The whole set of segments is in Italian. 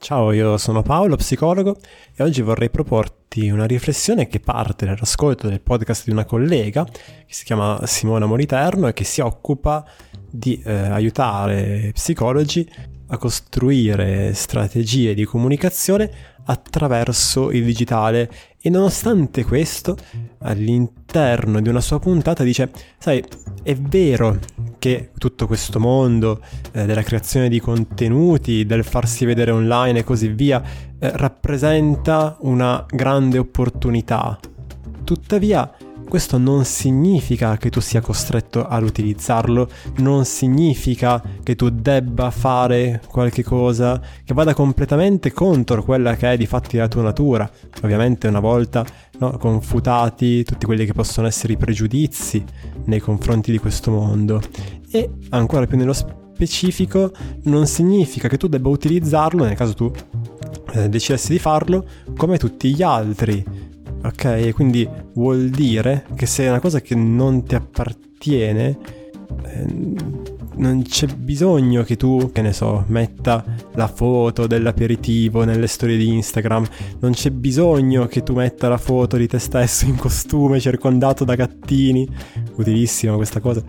Ciao, io sono Paolo, psicologo, e oggi vorrei proporti una riflessione che parte dall'ascolto del podcast di una collega che si chiama Simona Moliterno e che si occupa di aiutare psicologi a costruire strategie di comunicazione attraverso il digitale. E nonostante questo, all'interno di una sua puntata dice: sai, è vero che tutto questo mondo della creazione di contenuti, del farsi vedere online e così via, rappresenta una grande opportunità. Tuttavia, questo non significa che tu sia costretto ad utilizzarlo, non significa che tu debba fare qualche cosa che vada completamente contro quella che è di fatti la tua natura. Ovviamente una volta confutati tutti quelli che possono essere i pregiudizi nei confronti di questo mondo. E ancora più nello specifico, non significa che tu debba utilizzarlo, nel caso tu decidessi di farlo, come tutti gli altri. Ok, quindi vuol dire che se è una cosa che non ti appartiene, non c'è bisogno che tu, che ne so, metta la foto dell'aperitivo nelle storie di Instagram, non c'è bisogno che tu metta la foto di te stesso in costume circondato da gattini, utilissima questa cosa,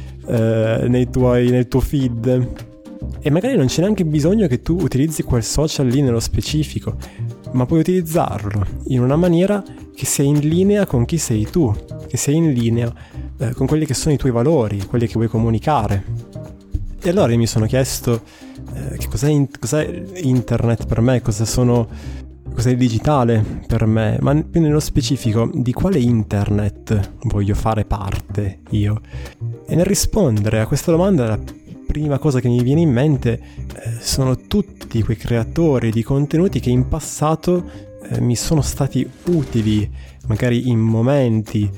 nel tuo feed. E magari non c'è neanche bisogno che tu utilizzi quel social lì nello specifico, ma puoi utilizzarlo in una maniera che sia in linea con chi sei tu, che sia in linea con quelli che sono i tuoi valori, quelli che vuoi comunicare. E allora io mi sono chiesto che cos'è internet per me, cos'è il digitale per me, ma più nello specifico di quale internet voglio fare parte io. E nel rispondere a questa domanda la prima cosa che mi viene in mente sono tutti quei creatori di contenuti che in passato mi sono stati utili, magari in momenti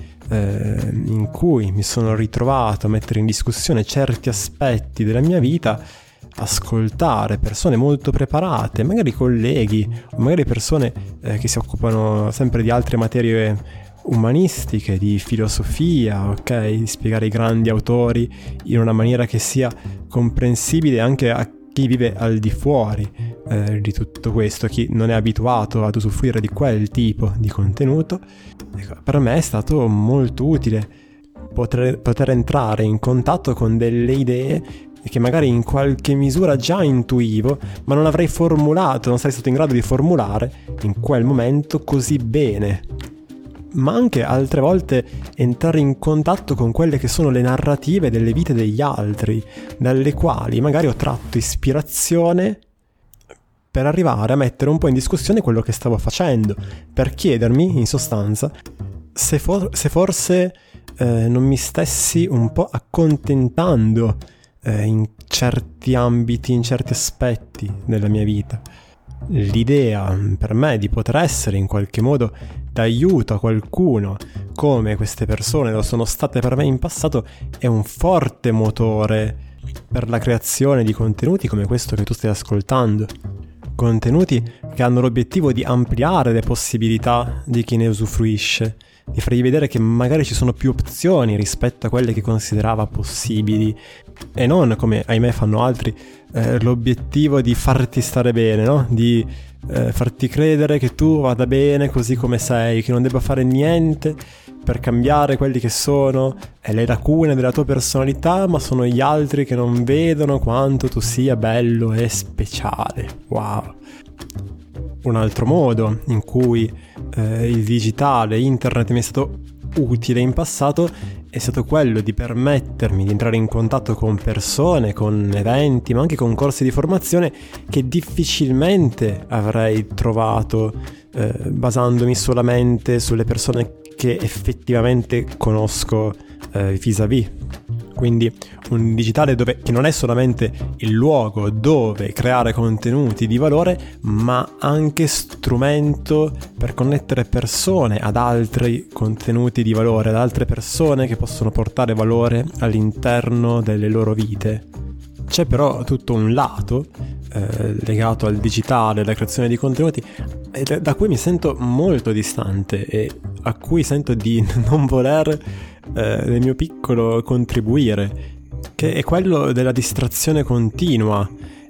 in cui mi sono ritrovato a mettere in discussione certi aspetti della mia vita, ascoltare persone molto preparate, magari colleghi o magari persone che si occupano sempre di altre materie umanistiche, di filosofia, ok? Di spiegare i grandi autori in una maniera che sia comprensibile anche a chi vive al di fuori di tutto questo, chi non è abituato ad usufruire di quel tipo di contenuto. Ecco, per me è stato molto utile poter entrare in contatto con delle idee che magari in qualche misura già intuivo, ma non avrei formulato, non sarei stato in grado di formulare in quel momento così bene. Ma anche altre volte entrare in contatto con quelle che sono le narrative delle vite degli altri, dalle quali magari ho tratto ispirazione per arrivare a mettere un po' in discussione quello che stavo facendo, per chiedermi, in sostanza, se forse non mi stessi un po' accontentando in certi ambiti, in certi aspetti della mia vita. L'idea per me di poter essere in qualche modo d'aiuto a qualcuno, come queste persone lo sono state per me in passato, è un forte motore per la creazione di contenuti come questo che tu stai ascoltando. Contenuti che hanno l'obiettivo di ampliare le possibilità di chi ne usufruisce, di fargli vedere che magari ci sono più opzioni rispetto a quelle che considerava possibili, e non, come ahimè fanno altri, l'obiettivo di farti stare bene, no? Di farti credere che tu vada bene così come sei, che non debba fare niente per cambiare quelli che sono le lacune della tua personalità, ma sono gli altri che non vedono quanto tu sia bello e speciale. Wow! Un altro modo in cui il digitale, internet mi è stato utile in passato è stato quello di permettermi di entrare in contatto con persone, con eventi, ma anche con corsi di formazione che difficilmente avrei trovato basandomi solamente sulle persone che effettivamente conosco vis-à-vis. Quindi un digitale che non è solamente il luogo dove creare contenuti di valore, ma anche strumento per connettere persone ad altri contenuti di valore, ad altre persone che possono portare valore all'interno delle loro vite. C'è però tutto un lato legato al digitale, alla creazione di contenuti, da cui mi sento molto distante e a cui sento di non voler nel mio piccolo contribuire, che è quello della distrazione continua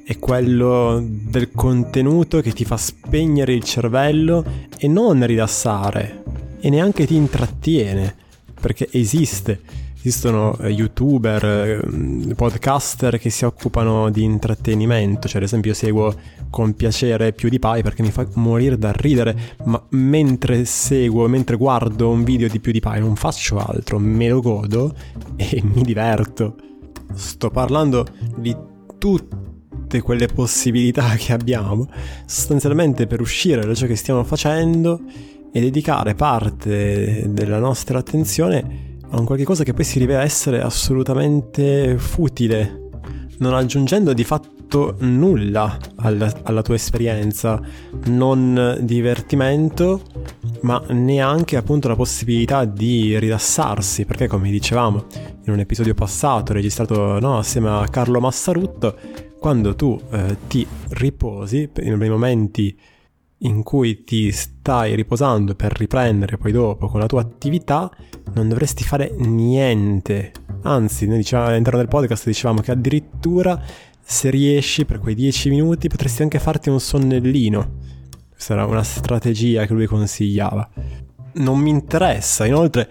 è quello del contenuto che ti fa spegnere il cervello e non rilassare, e neanche ti intrattiene, perché esistono youtuber, podcaster che si occupano di intrattenimento. Cioè, ad esempio, io seguo con piacere PewDiePie perché mi fa morire da ridere, ma mentre guardo un video di PewDiePie non faccio altro, me lo godo e mi diverto. Sto parlando di tutte quelle possibilità che abbiamo sostanzialmente per uscire da ciò che stiamo facendo e dedicare parte della nostra attenzione a un qualche cosa che poi si rivela essere assolutamente futile, non aggiungendo di fatto nulla alla tua esperienza, non divertimento, ma neanche appunto la possibilità di rilassarsi, perché come dicevamo in un episodio passato registrato assieme a Carlo Massarutto, quando tu ti riposi nei momenti in cui ti stai riposando per riprendere poi dopo con la tua attività, non dovresti fare niente. Anzi, noi all'interno del podcast dicevamo che addirittura se riesci per quei 10 minuti potresti anche farti un sonnellino. Questa era una strategia che lui consigliava. Non mi interessa inoltre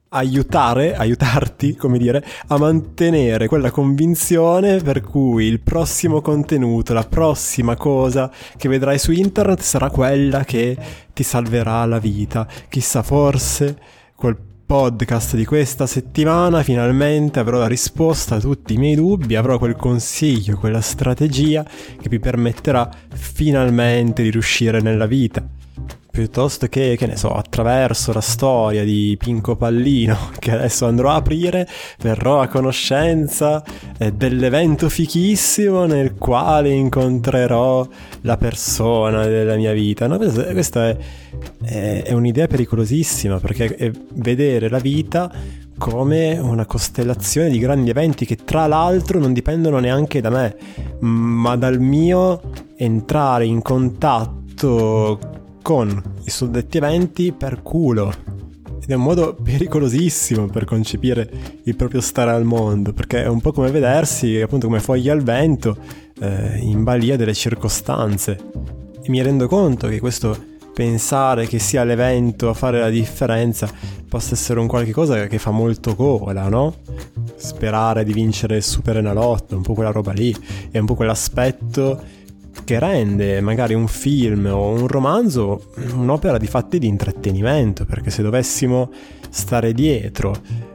aiutarti, come dire, a mantenere quella convinzione per cui il prossimo contenuto, la prossima cosa che vedrai su internet sarà quella che ti salverà la vita. Chissà, forse col podcast di questa settimana finalmente avrò la risposta a tutti i miei dubbi, avrò quel consiglio, quella strategia che mi permetterà finalmente di riuscire nella vita. Piuttosto che ne so, attraverso la storia di Pinco Pallino, che adesso andrò a aprire, verrò a conoscenza dell'evento fichissimo nel quale incontrerò la persona della mia vita. No? Questa è un'idea pericolosissima, perché è vedere la vita come una costellazione di grandi eventi che tra l'altro non dipendono neanche da me, ma dal mio entrare in contatto con i suddetti eventi per culo. Ed è un modo pericolosissimo per concepire il proprio stare al mondo, perché è un po' come vedersi appunto come foglie al vento in balia delle circostanze. E mi rendo conto che questo pensare che sia l'evento a fare la differenza possa essere un qualche cosa che fa molto gola, no? Sperare di vincere il Superenalotto, un po' quella roba lì, è un po' quell'aspetto che rende magari un film o un romanzo un'opera di fatti di intrattenimento, perché se dovessimo stare dietro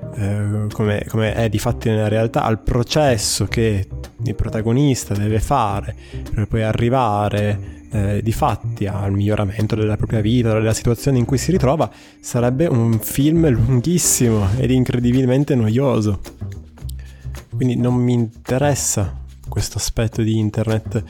come è di fatti nella realtà al processo che il protagonista deve fare per poi arrivare di fatti al miglioramento della propria vita, della situazione in cui si ritrova, sarebbe un film lunghissimo ed incredibilmente noioso. Quindi non mi interessa questo aspetto di internet.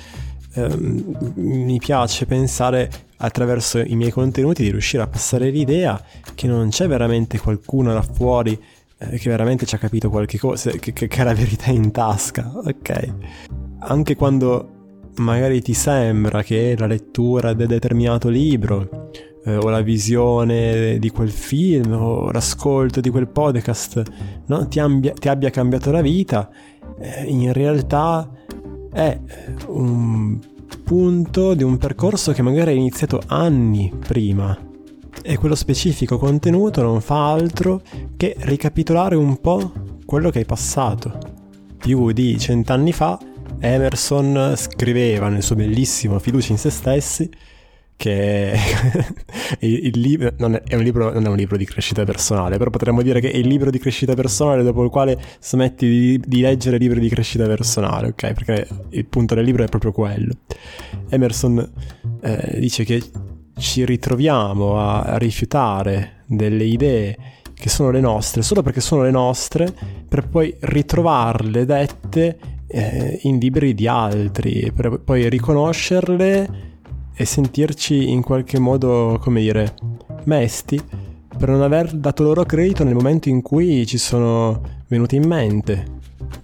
Mi piace pensare attraverso i miei contenuti di riuscire a passare l'idea che non c'è veramente qualcuno là fuori che veramente ci ha capito qualche cosa, che ha la verità in tasca, ok? Anche quando magari ti sembra che la lettura del determinato libro o la visione di quel film o l'ascolto di quel podcast ti abbia cambiato la vita, in realtà è un punto di un percorso che magari è iniziato anni prima, e quello specifico contenuto non fa altro che ricapitolare un po' quello che hai passato. Più di 100 anni fa Emerson scriveva nel suo bellissimo Fiducia in se stessi che il libro non è un libro di crescita personale, però potremmo dire che è il libro di crescita personale dopo il quale smetti di leggere libri di crescita personale, ok? Perché il punto del libro è proprio quello. Emerson dice che ci ritroviamo a rifiutare delle idee che sono le nostre solo perché sono le nostre, per poi ritrovarle dette in libri di altri, per poi riconoscerle e sentirci in qualche modo, come dire, mesti per non aver dato loro credito nel momento in cui ci sono venuti in mente.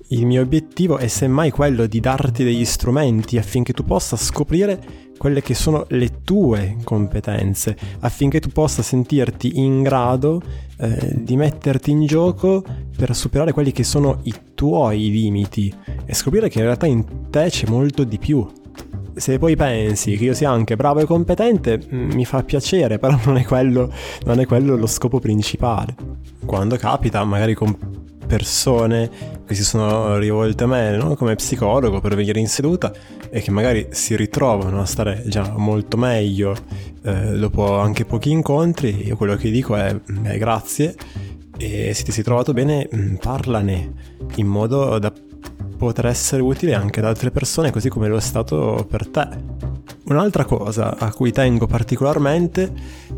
Il mio obiettivo è semmai quello di darti degli strumenti affinché tu possa scoprire quelle che sono le tue competenze, affinché tu possa sentirti in grado di metterti in gioco per superare quelli che sono i tuoi limiti e scoprire che in realtà in te c'è molto di più. Se poi pensi che io sia anche bravo e competente, mi fa piacere, però non è quello lo scopo principale. Quando capita, magari con persone che si sono rivolte a me, no? Come psicologo per venire in seduta e che magari si ritrovano a stare già molto meglio dopo anche pochi incontri, io quello che dico è grazie, e se ti sei trovato bene parlane in modo da poter essere utile anche ad altre persone, così come lo è stato per te. Un'altra cosa a cui tengo particolarmente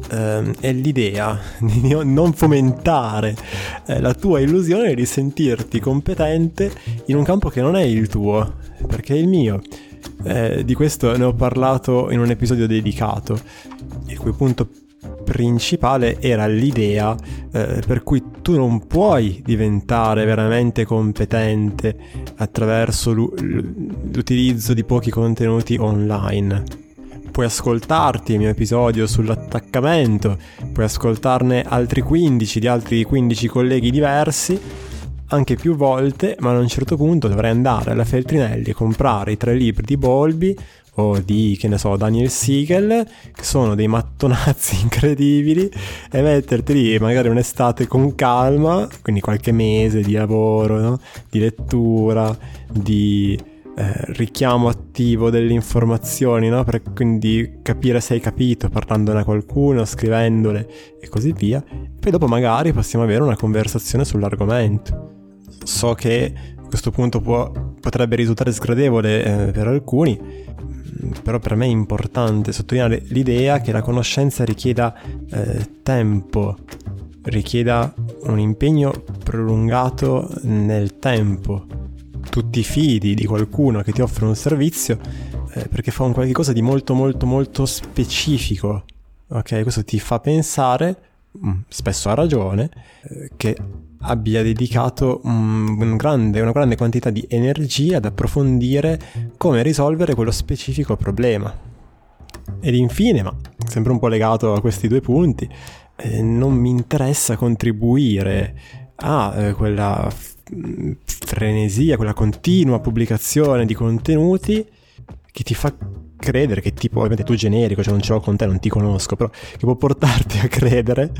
è l'idea di non fomentare la tua illusione di sentirti competente in un campo che non è il tuo, perché è il mio. Di questo ne ho parlato in un episodio dedicato, il cui punto principale era l'idea per cui tu non puoi diventare veramente competente attraverso l'utilizzo di pochi contenuti online. Puoi ascoltarti il mio episodio sull'attaccamento, puoi ascoltarne altri 15 di altri 15 colleghi diversi, anche più volte, ma a un certo punto dovrai andare alla Feltrinelli e comprare i 3 libri di Bowlby o di, che ne so, Daniel Siegel, che sono dei mattonazzi incredibili, e metterti lì magari un'estate con calma, quindi qualche mese di lavoro, no? Di lettura, di richiamo attivo delle informazioni, no? Per quindi capire se hai capito, parlandone a qualcuno, scrivendole e così via. Poi dopo magari possiamo avere una conversazione sull'argomento. So che a questo punto potrebbe risultare sgradevole per alcuni, però per me è importante sottolineare l'idea che la conoscenza richieda tempo, richieda un impegno prolungato nel tempo. Tu ti fidi di qualcuno che ti offre un servizio perché fa un qualche cosa di molto molto molto specifico, ok? Questo ti fa pensare, spesso ha ragione, che abbia dedicato una grande quantità di energia ad approfondire come risolvere quello specifico problema. Ed infine, ma sempre un po' legato a questi 2 punti, non mi interessa contribuire a quella frenesia, quella continua pubblicazione di contenuti che ti fa credere, che tipo, ovviamente tu generico, cioè non ce l'ho con te, non ti conosco, però che può portarti a credere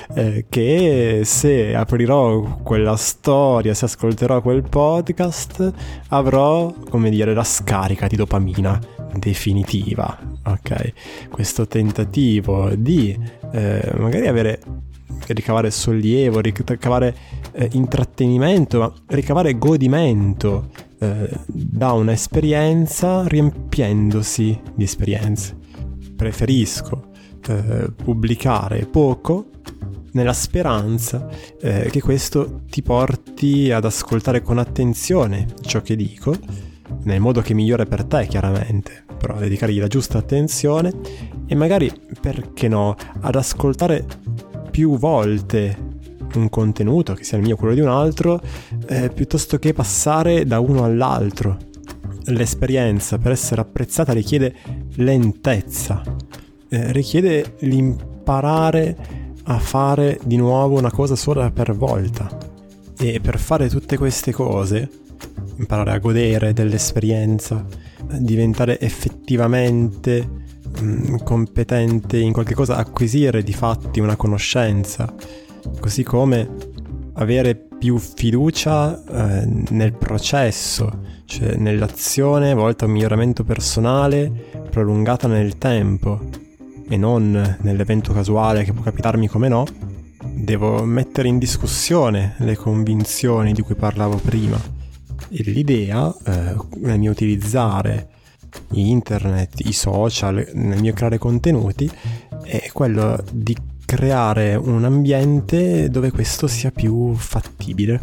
che se aprirò quella storia, se ascolterò quel podcast, avrò, come dire, la scarica di dopamina definitiva, ok? Questo tentativo di magari ricavare sollievo, ricavare intrattenimento, ma ricavare godimento da un'esperienza riempiendosi di esperienze. Preferisco pubblicare poco nella speranza che questo ti porti ad ascoltare con attenzione ciò che dico, nel modo che è migliore per te, chiaramente, però dedicargli la giusta attenzione e magari, perché no, ad ascoltare più volte un contenuto, che sia il mio o quello di un altro, piuttosto che passare da uno all'altro. L'esperienza, per essere apprezzata, richiede lentezza, richiede l'imparare a fare di nuovo una cosa sola per volta. E per fare tutte queste cose, imparare a godere dell'esperienza, diventare effettivamente competente in qualche cosa, acquisire di fatti una conoscenza, così come avere più fiducia nel processo, cioè nell'azione volta a un miglioramento personale prolungata nel tempo e non nell'evento casuale che può capitarmi come no. Devo mettere in discussione le convinzioni di cui parlavo prima, e l'idea nel mio utilizzare internet, i social, nel mio creare contenuti, è quello di creare un ambiente dove questo sia più fattibile.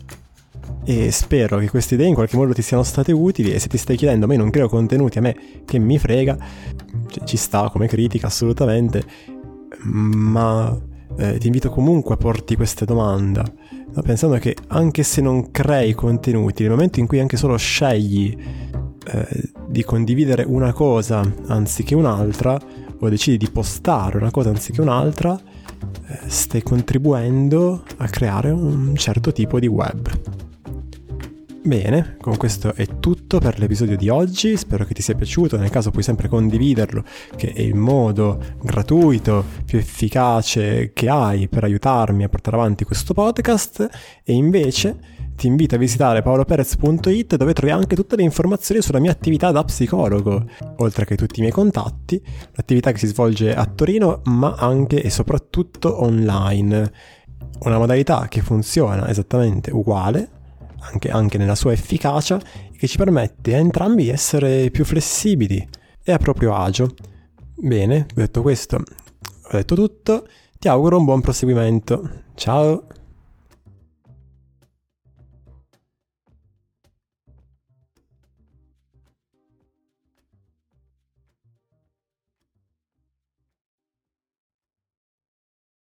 E spero che queste idee in qualche modo ti siano state utili, e se ti stai chiedendo ma io non creo contenuti, a me che mi frega, ci sta come critica assolutamente, ma ti invito comunque a porti queste domande, pensando che anche se non crei contenuti, nel momento in cui anche solo scegli di condividere una cosa anziché un'altra, o decidi di postare una cosa anziché un'altra, stai contribuendo a creare un certo tipo di web. Bene, con questo è tutto per l'episodio di oggi, spero che ti sia piaciuto, nel caso puoi sempre condividerlo, che è il modo gratuito più efficace che hai per aiutarmi a portare avanti questo podcast. E invece ti invito a visitare paoloperez.it, dove trovi anche tutte le informazioni sulla mia attività da psicologo, oltre che tutti i miei contatti, l'attività che si svolge a Torino ma anche e soprattutto online, una modalità che funziona esattamente uguale anche nella sua efficacia, e che ci permette a entrambi di essere più flessibili e a proprio agio. Bene, detto questo, ho detto tutto, ti auguro un buon proseguimento. Ciao!